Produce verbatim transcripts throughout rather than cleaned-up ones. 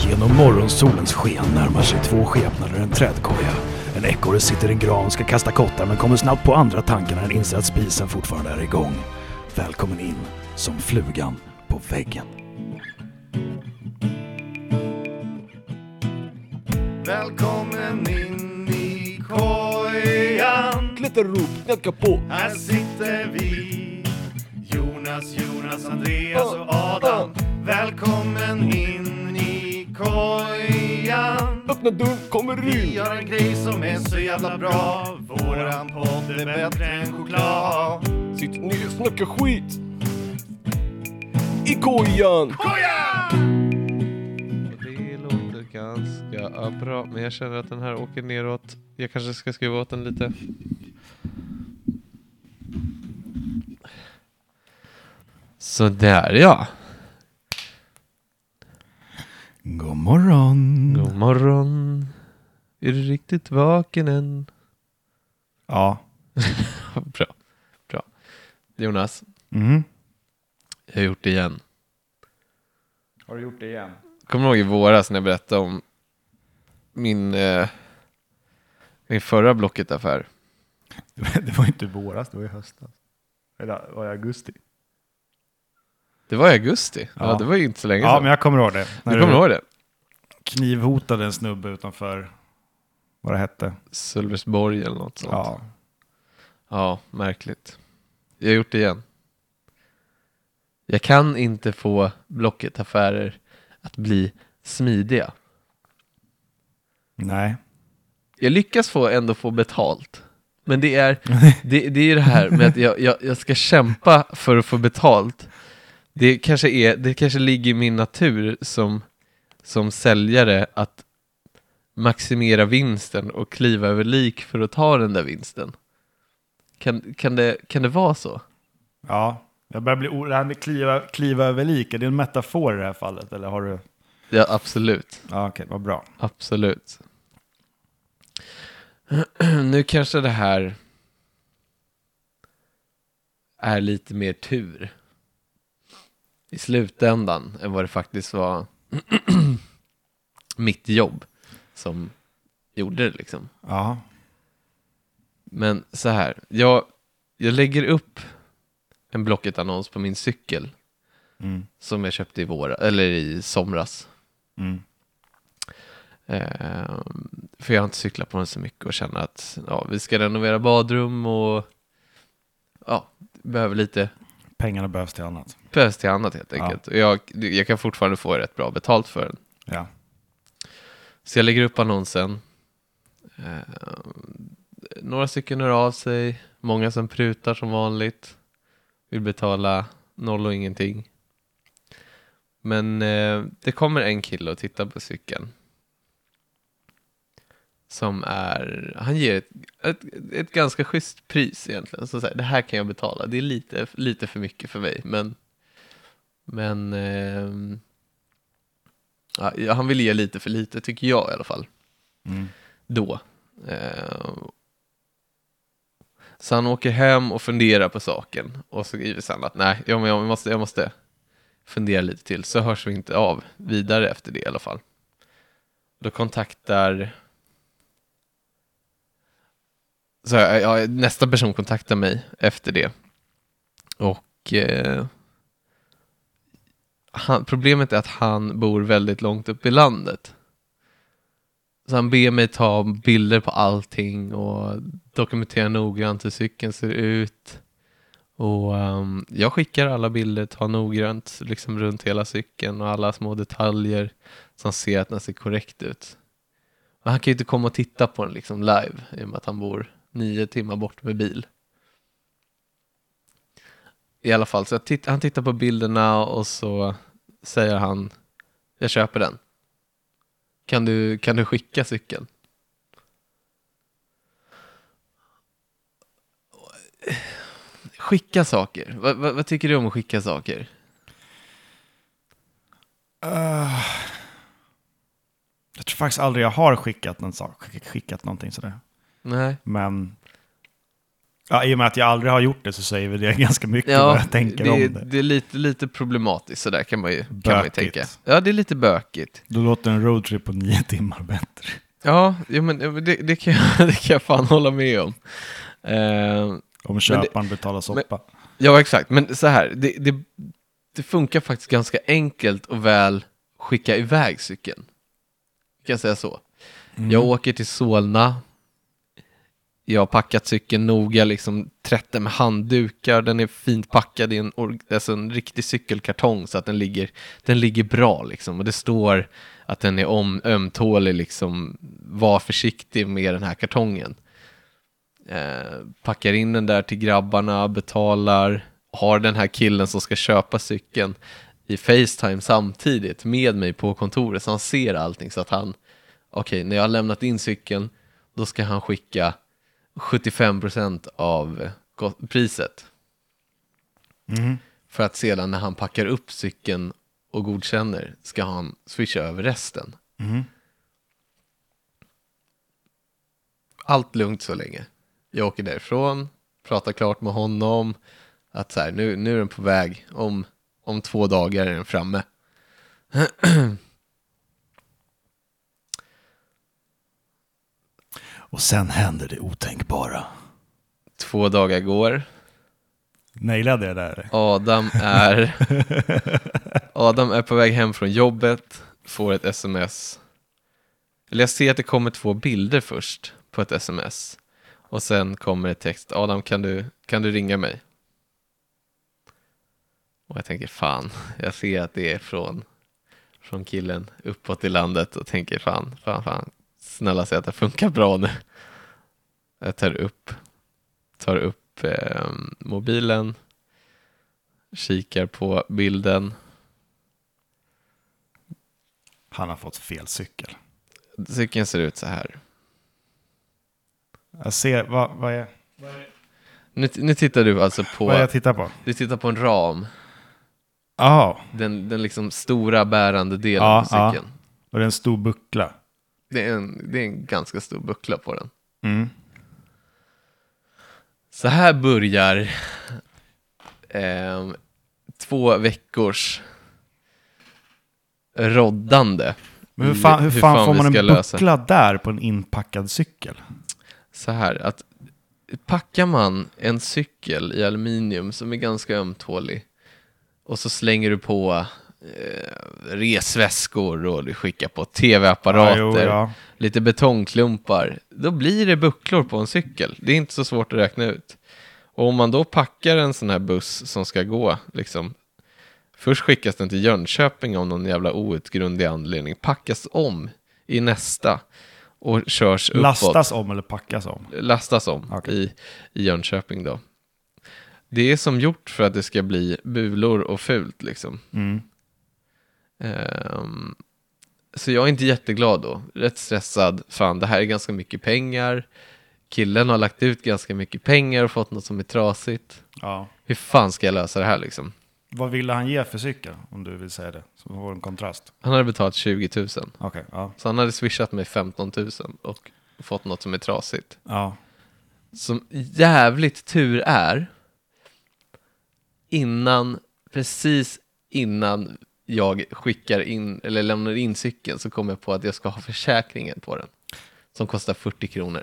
Genom morgonsolens sken närmar sig två skepnader en trädkoja. En ekorre sitter i en gran och ska kasta kottar men kommer snabbt på andra tankar när den inser att spisen fortfarande är igång. Välkommen in som flugan på väggen. Välkommen in i kojan. Klätterrop, knacka på. Här sitter vi, Jonas, Jonas, Andreas och Adam. Välkommen in i kojan. Öppna dörren, kommer Vi in. gör en grej som är så jävla bra. Våran podd är bättre än choklad. Sitt ner, snacka skit. I kojan. Kojan! Det låter ganska bra, men jag känner att den här åker neråt. Jag kanske ska skruva åt den lite. Så där, ja. God morgon. God morgon. Är du riktigt vaken än? Ja. Bra, bra. Jonas, Mm. jag har gjort det igen. Har du gjort det igen? Kommer du ihåg i våras när jag berättade om min, eh, min förra Blocket-affär? Det var inte våras, det var i höstas. Eller var det augusti? Det var i augusti. Ja, Ja. det var ju inte så länge Ja, sedan. men jag kommer ihåg det. Du kommer ihåg det? Knivhotade en snubbe utanför vad det hette. Sölvesborg eller något sånt. Ja. Ja, märkligt. Jag har gjort det igen. Jag kan inte få Blocket-affärer att bli smidiga. Nej. Jag lyckas få ändå få betalt. Men det är det, det är det här med att jag, jag, jag ska kämpa för att få betalt. Det kanske, är, det kanske ligger i min natur som, som säljare att maximera vinsten och kliva över lik för att ta den där vinsten. Kan, kan, det, kan det vara så? Ja. Jag börjar bli o- det här med kliva, kliva över lika. Det är en metafor i det här fallet, eller har du? Ja, absolut. Ja, okej, vad bra. Absolut. Nu kanske det här är lite mer tur i slutändan än vad det faktiskt var mitt jobb som gjorde det liksom. Ja. Men så här, jag, jag lägger upp en Blocket-annons på min cykel Mm. som jag köpte i våra, eller i somras. Mm. Eh, för jag har inte cyklat på den så mycket och känner att ja, vi ska renovera badrum och ja, behöver lite Pengarna behövs till annat. behövs till annat helt enkelt. Och jag, jag kan fortfarande få rätt bra betalt för den. Ja. Så jag lägger upp annonsen. Eh, några stycken hör av sig. Många som prutar som vanligt. Vill betala noll och ingenting. Men eh, det kommer en kille och tittar på cykeln. Som är, han ger ett, ett, ett ganska schysst pris egentligen. Så, så här, det här kan jag betala. Det är lite, lite för mycket för mig. Men, men eh, ja, han vill ge lite för lite, tycker jag i alla fall. Mm. Då. Eh, så han åker hem och funderar på saken. Och så skriver han att nej, jag, jag, måste, jag måste fundera lite till. Så hörs vi inte av vidare efter det i alla fall. Då kontaktar... Så ja, nästa person kontaktar mig efter det. Och eh, han, problemet är att han bor väldigt långt upp i landet. Så han ber mig ta bilder på allting och dokumentera noggrant hur cykeln ser ut. Och um, jag skickar alla bilder, tar noggrant liksom runt hela cykeln och alla små detaljer så han ser att den ser korrekt ut. Och han kan ju inte komma och titta på den liksom live i och med att han bor nio timmar bort med bil. I alla fall, så titt- han tittar på bilderna och så säger han, jag köper den. Kan du, kan du skicka cykeln? Skicka saker. Va, va, vad tycker du om att skicka saker? Uh, jag tror faktiskt aldrig jag har skickat, någon sak, skickat någonting sådär. Nej. Men Ja, i och med att jag aldrig har gjort det så säger vi det ganska mycket Ja, vad jag tänker det, om det. det är lite, lite problematiskt så där kan man ju, kan man ju Bökigt. tänka. Ja, det är lite bökigt. Då låter en roadtrip på nio timmar bättre. Ja, ja men det, det, kan jag, det kan jag fan hålla med om. Eh, Om köparen betalar soppa. ja, exakt. Men så här, det, det, det funkar faktiskt ganska enkelt och väl skicka iväg cykeln. Kan jag säga så. Mm. Jag åker till Solna. Jag har packat cykeln noga, liksom tvättat med handdukar. Den är fint packad i en, alltså en riktig cykelkartong så att den ligger, den ligger bra liksom. Och det står att den är om, ömtålig liksom. Var försiktig med den här kartongen. Eh, packar in den där till grabbarna, betalar. Har den här killen som ska köpa cykeln i FaceTime samtidigt med mig på kontoret. Så han ser allting så att han, okej, okay, när jag har lämnat in cykeln då ska han skicka sjuttiofem procent av priset. Mm. För att sedan när han packar upp cykeln och godkänner ska han swisha över resten. Mm. Allt lugnt så länge. Jag åker därifrån, pratar klart med honom att så här, nu, nu är den på väg. Om, om två dagar är den framme. Och sen händer det otänkbara. Två dagar går. Nailade jag där? Adam är Adam är på väg hem från jobbet. Får ett sms. Eller jag ser att det kommer två bilder först på ett sms. Och sen kommer det text. Adam, kan du, kan du ringa mig? Och jag tänker, fan. Jag ser att det är från, från killen uppåt i landet. Och tänker, fan, fan, fan. Snälla säg att det funkar bra nu. Jag tar upp tar upp eh, mobilen, kikar på bilden. Han har fått fel cykel. Cykeln ser ut så här. Jag ser, vad, vad är Nu, nu tittar du alltså på, vad jag tittar på? du tittar på en ram. Ja, Den, den liksom stora bärande delen Ja, på cykeln. ja. Och det är en stor buckla. Det, är en, det är en ganska stor buckla på den. Mm. Så här börjar eh, två veckors roddande. Men hur i fan, hur fan, får vi man en ska lösa. buckla där på en inpackad cykel? Så här, att packar man en cykel i aluminium som är ganska ömtålig och så slänger du på eh, resväskor och du skickar på tv-apparater, Ja, jo, ja. lite betongklumpar, då blir det bucklor på en cykel. Det är inte så svårt att räkna ut. Och om man då packar en sån här buss som ska gå, liksom, först skickas den till Jönköping av någon jävla outgrundlig anledning, packas om i nästa och körs uppåt. Lastas om eller packas om? Lastas om Okej. i, i Jönköping då. Det är som gjort för att det ska bli bulor och fult liksom. Mm. Um, så jag är inte jätteglad då. Rätt stressad. Fan, det här är ganska mycket pengar. Killen har lagt ut ganska mycket pengar och fått något som är trasigt. Ja. Hur fan ska jag lösa det här liksom? Vad ville han ge för cykel, om du vill säga det? Så vi får en kontrast. Han hade betalat tjugo tusen. Okej, ja. Så han hade swishat mig femton tusen och fått något som är trasigt. Ja. Som jävligt tur är, innan, precis innan jag skickar in eller lämnar in cykeln så kommer jag på att jag ska ha försäkringen på den som kostar fyrtio kronor.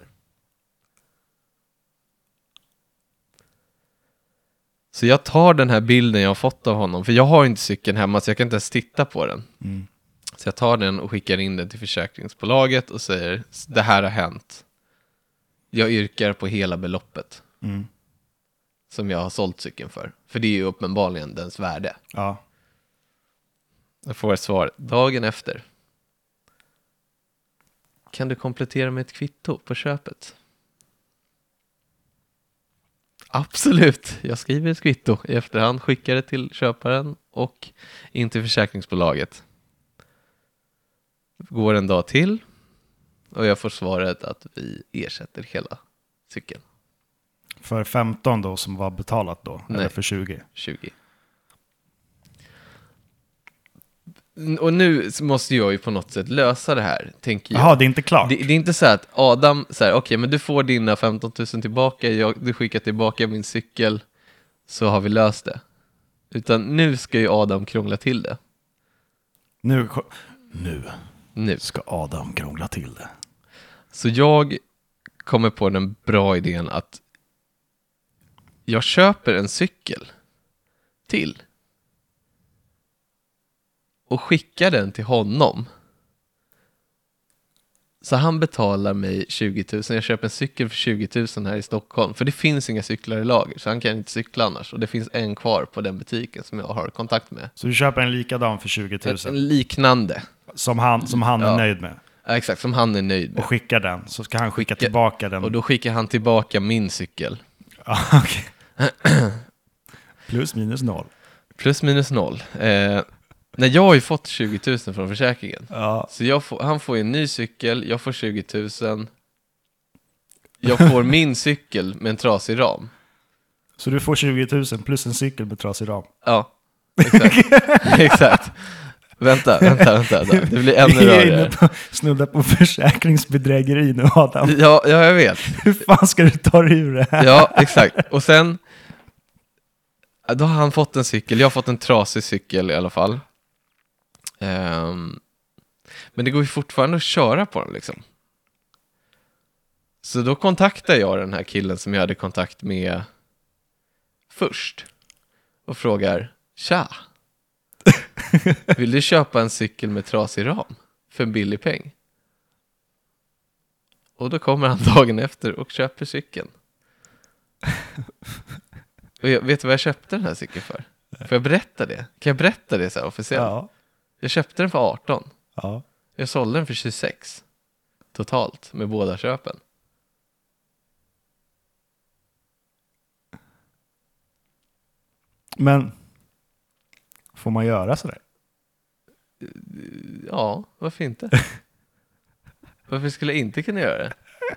Så jag tar den här bilden jag har fått av honom, för jag har inte cykeln hemma så jag kan inte ens titta på den. Mm. Så jag tar den och skickar in den till försäkringsbolaget och säger, det här har hänt. Jag yrkar på hela beloppet Mm. som jag har sålt cykeln för. För det är ju uppenbarligen dens värde. Ja. Jag får ett svar dagen efter. Kan du komplettera med ett kvitto på köpet? Absolut, jag skriver ett kvitto i efterhand, skickar det till köparen och in till försäkringsbolaget. Går en dag till och jag får svaret att vi ersätter hela cykeln. För femton då som var betalat då? Nej. Eller för tjugo? tjugo. Och nu måste jag ju på något sätt lösa det här, tänker jag. Jaha, det är inte klart. Det, det är inte så att Adam säger, okej, okay, men du får dina femton tusen tillbaka, jag, du skickar tillbaka min cykel, så har vi löst det. Utan nu ska ju Adam krångla till det. Nu, nu, Nu. ska Adam krångla till det. Så jag kommer på den bra idén att jag köper en cykel till och skickar den till honom. Så han betalar mig tjugo tusen. Jag köper en cykel för tjugo tusen här i Stockholm. För det finns inga cyklar i lager, så han kan inte cykla annars. Och det finns en kvar på den butiken som jag har kontakt med. Så du köper en likadan för tjugo tusen? En liknande. Som han, som han är Ja. nöjd med? Ja, exakt, som han är nöjd med. Och skickar den, så ska han skicka Skicka- tillbaka den. Och då skickar han tillbaka min cykel. Ja, okej. Plus minus noll. Plus minus noll. Eh, när jag har ju fått tjugo tusen från försäkringen. Ja. Så jag får, han får ju en ny cykel, jag får tjugo tusen. Jag får min cykel med en trasig ram. Så du får tjugo tusen plus en cykel med trasig ram. Ja, exakt. Exakt. Vänta, vänta, vänta. Då. Det blir ännu Vi är inne rörigare. på, snudda på försäkringsbedrägeri nu, Adam. Ja, ja, jag vet. Hur fan ska du ta dig ur det här? Ja, exakt. Och sen, då har han fått en cykel. Jag har fått en trasig cykel i alla fall. Ehm, men det går ju fortfarande att köra på den liksom. Så då kontaktar jag den här killen som jag hade kontakt med först. Och frågar, tja. Vill du köpa en cykel med trasig ram för en billig peng? Och då kommer han dagen efter och köper cykeln. Och jag, vet du vad jag köpte den här cykeln för? Får jag berätta det? Kan jag berätta det så här officiellt? Ja. Jag köpte den för arton. Ja. Jag sålde den för tjugosex. Totalt med båda köpen. Men får man göra sådär? Ja, varför inte? Varför skulle jag inte kunna göra det?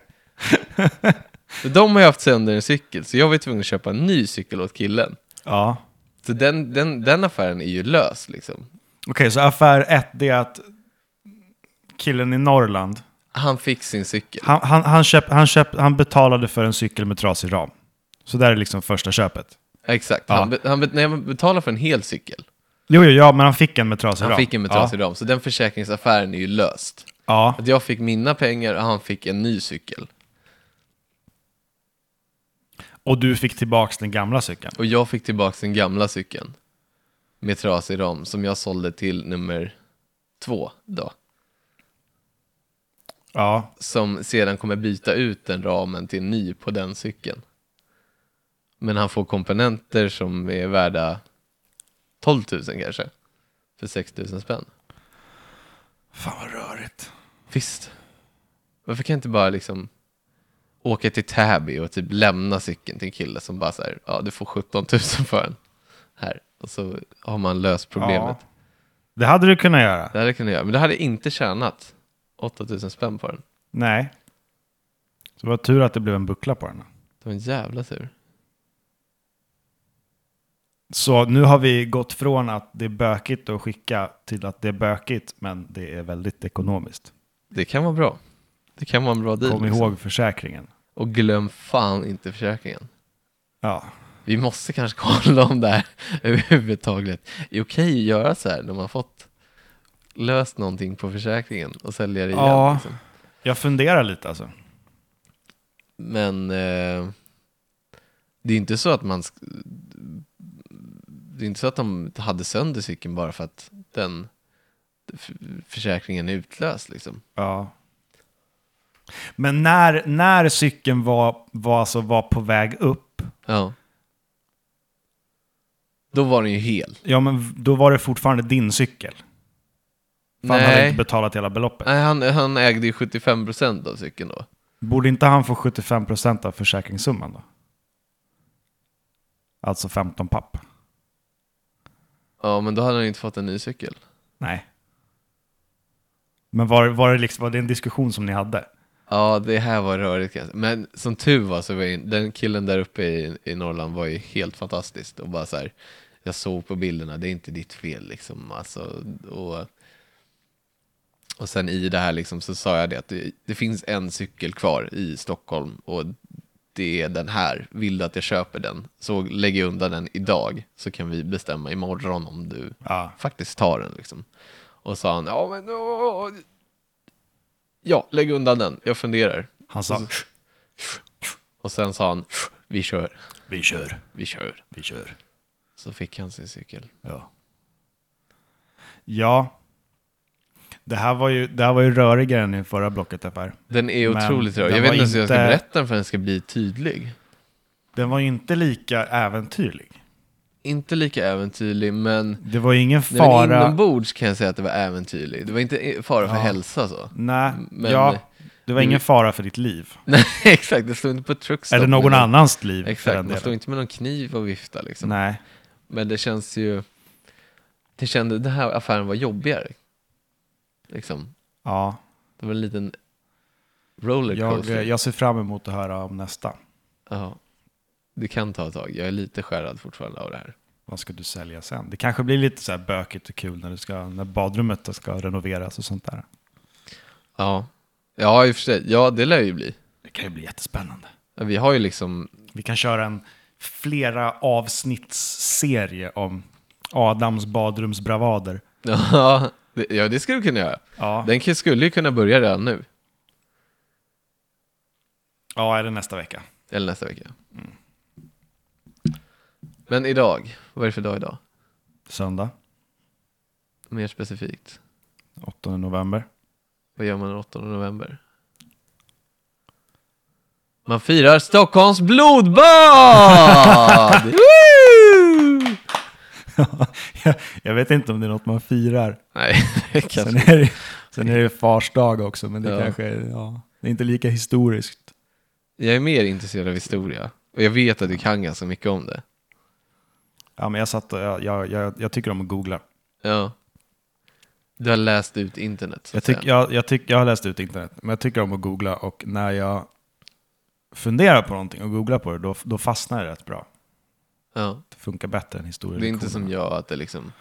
För de har ju haft sönder en cykel, så jag var tvungen att köpa en ny cykel åt killen. Ja. Så den, den, den affären är ju lös liksom. Okej, så affär ett, det är att killen i Norrland, Han fick sin cykel. han, han, han, köp, han, köp, han betalade för en cykel med trasig ram. Så där är liksom första köpet. Exakt, Ja. han, be, han be, när jag betalade för en hel cykel. Jo, jo, ja, men han fick en med trasig Han ram. fick en med trasig ram, så den försäkringsaffären är ju löst. Ja. Att jag fick mina pengar och han fick en ny cykel. Och du fick tillbaks den gamla cykeln. Och jag fick tillbaka den gamla cykeln med trasig ram som jag sålde till nummer två då. Ja. Som sedan kommer byta ut den ramen till en ny på den cykeln. Men han får komponenter som är värda tolv tusen kanske. För sex tusen spänn. Fan vad rörigt. Visst. Varför kan jag inte bara liksom åka till Täby och typ lämna cykeln till en kille som bara säger, ja du får sjutton tusen för den här. Och så har man löst problemet. Ja. Det hade du kunnat göra. Det hade jag kunnat göra. Men det hade inte tjänat åtta tusen spänn på den. Nej. Så det var tur att det blev en buckla på den. Det var en jävla tur. Så nu har vi gått från att det är bökigt att skicka till att det är bökigt, men det är väldigt ekonomiskt. Det kan vara bra. Det kan vara en bra deal. Kom liksom. ihåg försäkringen. Och glöm fan inte försäkringen. Ja. Vi måste kanske kolla om det här överhuvudtaget är okej att göra så här när man fått löst någonting på försäkringen och sälja det igen. Ja. Liksom. Jag funderar lite alltså. Men eh, det är inte så att man sk- det är inte så att de hade sönder cykeln bara för att den f- försäkringen är utlöst liksom. Ja. Men när, när cykeln var, var, alltså var på väg upp, Ja. Då var den ju hel. ja men då var det fortfarande din cykel. För han hade Nej. inte betalat hela beloppet. Nej, han, han ägde ju sjuttiofem procent av cykeln då. Borde inte han få sjuttiofem procent av försäkringssumman då? Alltså femton papp. Ja, men då hade han inte fått en ny cykel. Nej. Men var, var, det liksom, var det en diskussion som ni hade? Ja, det här var rörigt kanske. Men som tur var så var ju, den killen där uppe i, i Norrland var ju helt fantastisk. Och bara så här, jag såg på bilderna, det är inte ditt fel liksom. Alltså, och, och sen i det här liksom, så sa jag det att det, det finns en cykel kvar i Stockholm och det är den här. Vill du att jag köper den, så lägger jag undan den idag, så kan vi bestämma imorgon om du Ja. faktiskt tar den liksom. Och sa han, ja men åh, ja, lägg undan den, jag funderar. Han sa, Och sen sa han, vi kör, vi kör, vi kör. vi kör. Så fick han sin cykel. Ja. Ja. Det här var ju, det här var ju rörigare än i förra blocket affär. Den är Men otroligt rörig. den Jag vet var inte ens hur jag ska inte- berätta den för att den ska bli tydlig. Den var ju inte lika äventyrlig. Inte lika äventyrlig, men Det var ju ingen när den fara. inombords kan jag säga att det var äventyrlig. Det var inte fara för Ja. hälsa så. Nej, Men- ja. Det var ingen fara för ditt liv. Nej, exakt. Det stod inte på truckstop. Eller någon men- annans liv. för Exakt, den man stod delen. inte med någon kniv och vifta liksom. Nej. Men det känns ju... Det kände, den här affären var jobbigare. Liksom. Ja. Det var en liten Jag, rollercoaster. jag ser fram emot att höra om nästa. Ja. Det kan ta ett tag. Jag är lite skärrad fortfarande av det här. Vad ska du sälja sen? Det kanske blir lite så här bökigt och kul när, du ska, när badrummet ska renoveras och sånt där. Ja. Ja, i och för sig. Ja, det lär ju bli. Det kan ju bli jättespännande. Vi har ju liksom... Vi kan köra en flera avsnittsserie om Adams badrumsbravader. Ja, det, ja, det skulle du kunna göra. Ja, Den kan- skulle ju kunna börja redan nu. ja är det nästa vecka? Eller nästa vecka. Men idag, vad är det för dag idag? Söndag, Mer specifikt. åttonde november. Vad gör man den åttonde november? Man firar Stockholms blodbad! Woo! jag, jag vet inte om det är något man firar. Nej, det kanske... Sen är det, sen är det fars dag också, men det Ja. kanske är, ja, det är inte lika historiskt. Jag är mer intresserad av historia. Och jag vet att du kan ganska mycket om det. Ja, men jag, satt och, jag, jag, jag, jag tycker om att googla. Ja. Du har läst ut internet, så Jag, att säga. tyck, jag, jag, tyck, jag har läst ut internet, men jag tycker om att googla, och när jag funderar på någonting och googlar på det, då, då fastnar det rätt bra. Ja. Det funkar bättre än historia. Det är inte som jag, att det liksom...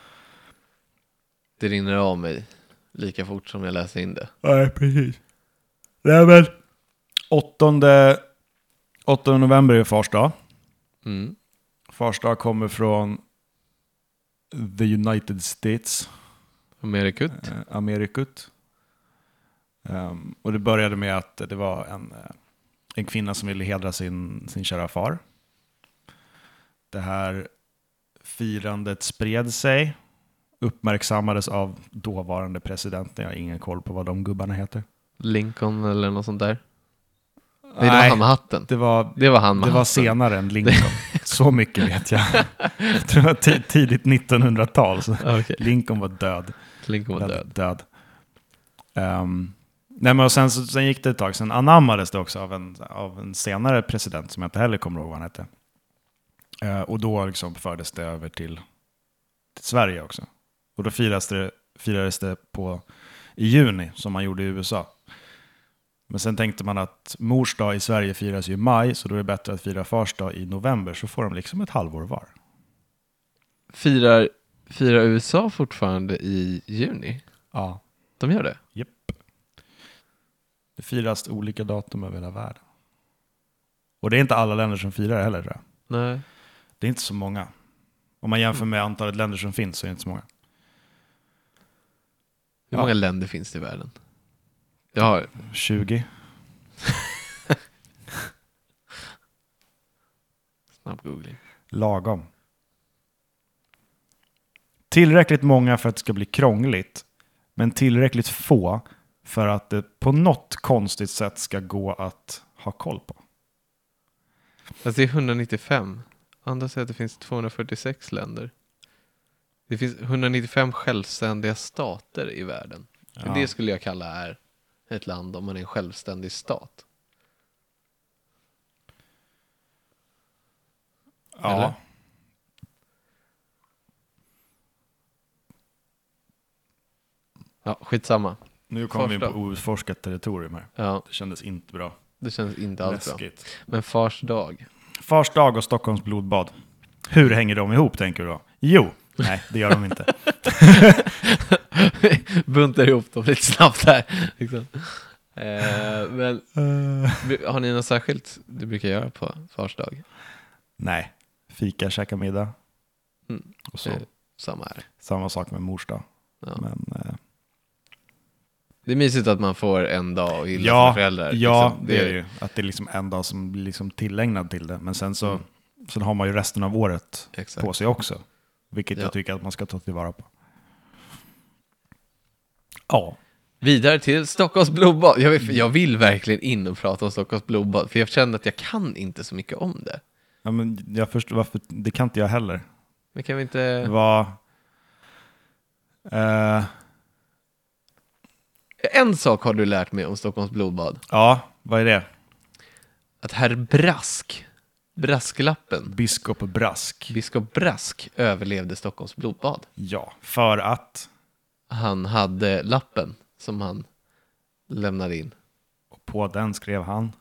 Det rinner av mig lika fort som jag läser in det. Nej, precis. Nej, men... åttonde, åttonde november är fars dag. Mm. Fars dag kommer från the United States, Amerikut. eh, Amerikut. Um, och det började med att det var en, eh, en kvinna som ville hedra sin, sin kära far. Det här firandet spred sig, uppmärksammades av dåvarande presidenten. Jag har ingen koll på vad de gubbarna heter. Lincoln eller något sånt där. Nej, det var han med hatten. det var, Det var han med det var hatten. senare än Lincoln. Så mycket vet jag. Jag tror det var t- tidigt nittonhundratal. Så Okej. Lincoln var död. Lincoln var död. Väldigt död. Um, nej, men och sen, så, sen gick det ett tag. Sen anammades det också av en, av en senare president som jag inte heller kommer ihåg vad han hette. Uh, och då liksom fördes det över till, till Sverige också. Och då firades det, firades det på, i juni, som man gjorde i U S A. Men sen tänkte man att mors dag i Sverige firas ju i maj, så då är det bättre att fira fars dag i november, så får de liksom ett halvår var. Firar, firar U S A fortfarande i juni? Ja. De gör det? Japp. Det firas olika datum över hela världen. Och det är inte alla länder som firar det heller, tror jag. Nej. Det är inte så många. Om man jämför med antalet länder som finns så är det inte så många. Hur Ja. många länder finns det i världen? Jag har... tjugo. Snabb googling. Lagom. Tillräckligt många för att det ska bli krångligt, men tillräckligt få för att det på något konstigt sätt ska gå att ha koll på. Alltså det är etthundranittiofem. Andra säger att det finns tvåhundrafyrtiosex länder. Det finns etthundranittiofem självständiga stater i världen. Ja. Det skulle jag kalla är ett land om man är en självständig stat. Ja. Eller? Ja, skitsamma. Nu kommer vi in Första. på outforskat territorium här. Ja, Det kändes inte bra. det känns inte alls bra. Läskigt. Men fars dag. Fars dag och Stockholms blodbad. Hur hänger de ihop, tänker du då? Jo, nej, det gör de inte. Buntar ihop dem lite snabbt här. Liksom. Eh, men har ni något särskilt du brukar göra på fars dag? Nej, fika, käka middag. Mm. Och så. Eh, samma här. Samma sak med mors dag. Ja. Men, eh, Det är mysigt att man får en dag och hylla ja, sina föräldrar. ja liksom. det är det ju. Att det är liksom en dag som blir liksom tillägnad till det. Men sen så Mm. sen har man ju resten av året Exakt. på sig också. Vilket Ja. jag tycker att man ska ta tillvara på. Ja. Vidare till Stockholms blodbad. Jag vill, jag vill verkligen in och prata om Stockholms blodbad. För jag känner att jag kan inte så mycket om det. Ja, men jag förstår varför, det kan inte jag heller. Men kan vi inte... Det var... Eh, En sak har du lärt mig om Stockholms blodbad. ja, vad är det? Att herr Brask, Brasklappen, Biskop Brask. biskop Brask överlevde Stockholms blodbad. Ja, för att... Han hade lappen som han lämnade in. Och på den skrev han...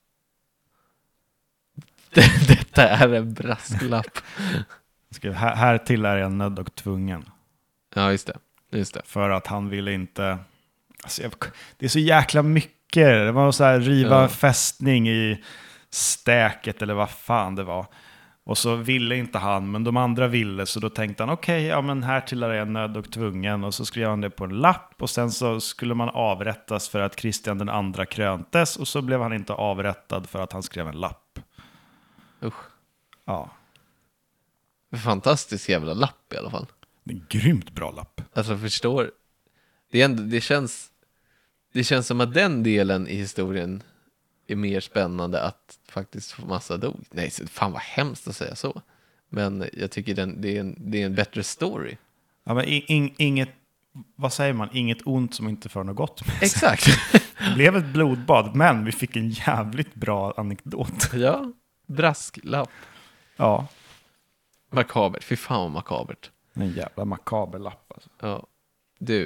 Detta är en brasklapp. Skrev, här, här till är jag nödd och tvungen. Ja, just det. Just det. För att han ville inte... Alltså jag, det är så jäkla mycket. Det var så här riva Ja. en fästning i stäket eller vad fan det var. Och så ville inte han, men de andra ville. Så då tänkte han, okej, okay, ja men här till är jag nödd och tvungen. Och så skrev han det på en lapp. Och sen så skulle man avrättas för att Kristian den andra kröntes. Och så blev han inte avrättad för att han skrev en lapp. Usch. Ja, Fantastisk jävla lapp i alla fall. det är en grymt bra lapp. Alltså förstår. Det, är ändå, det, känns, det känns som att den delen i historien är mer spännande att faktiskt få massa dog. Nej, fan vad hemskt att säga så. Men jag tycker den, det, är en, det är en bättre story. Ja, men in, in, inget, vad säger man? Inget ont som inte för något gott med sig. Exakt. Det blev ett blodbad, men vi fick en jävligt bra anekdot. Ja, brasklapp. Ja, Makabert, fy fan vad makabert. en jävla makaber lapp alltså. Ja, du,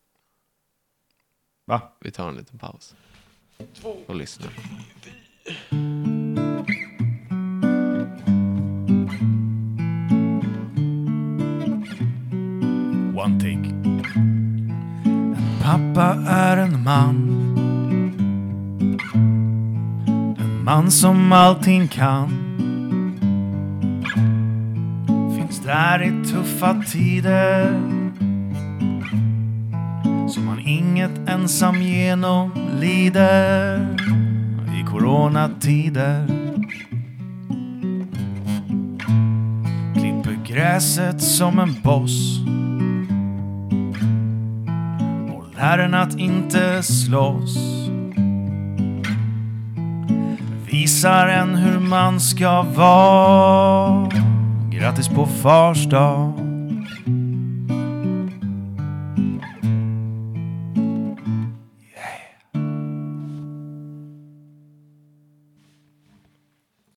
Va? vi tar en liten paus. Och lyssnar. One take. En pappa är en man. En man som allting kan. Finns där i tuffa tider. Som man inget ensam genom lider. I coronatider. Klipper gräset som en boss. Och lär en att inte slåss. Visar en hur man ska vara. Grattis på fars dag.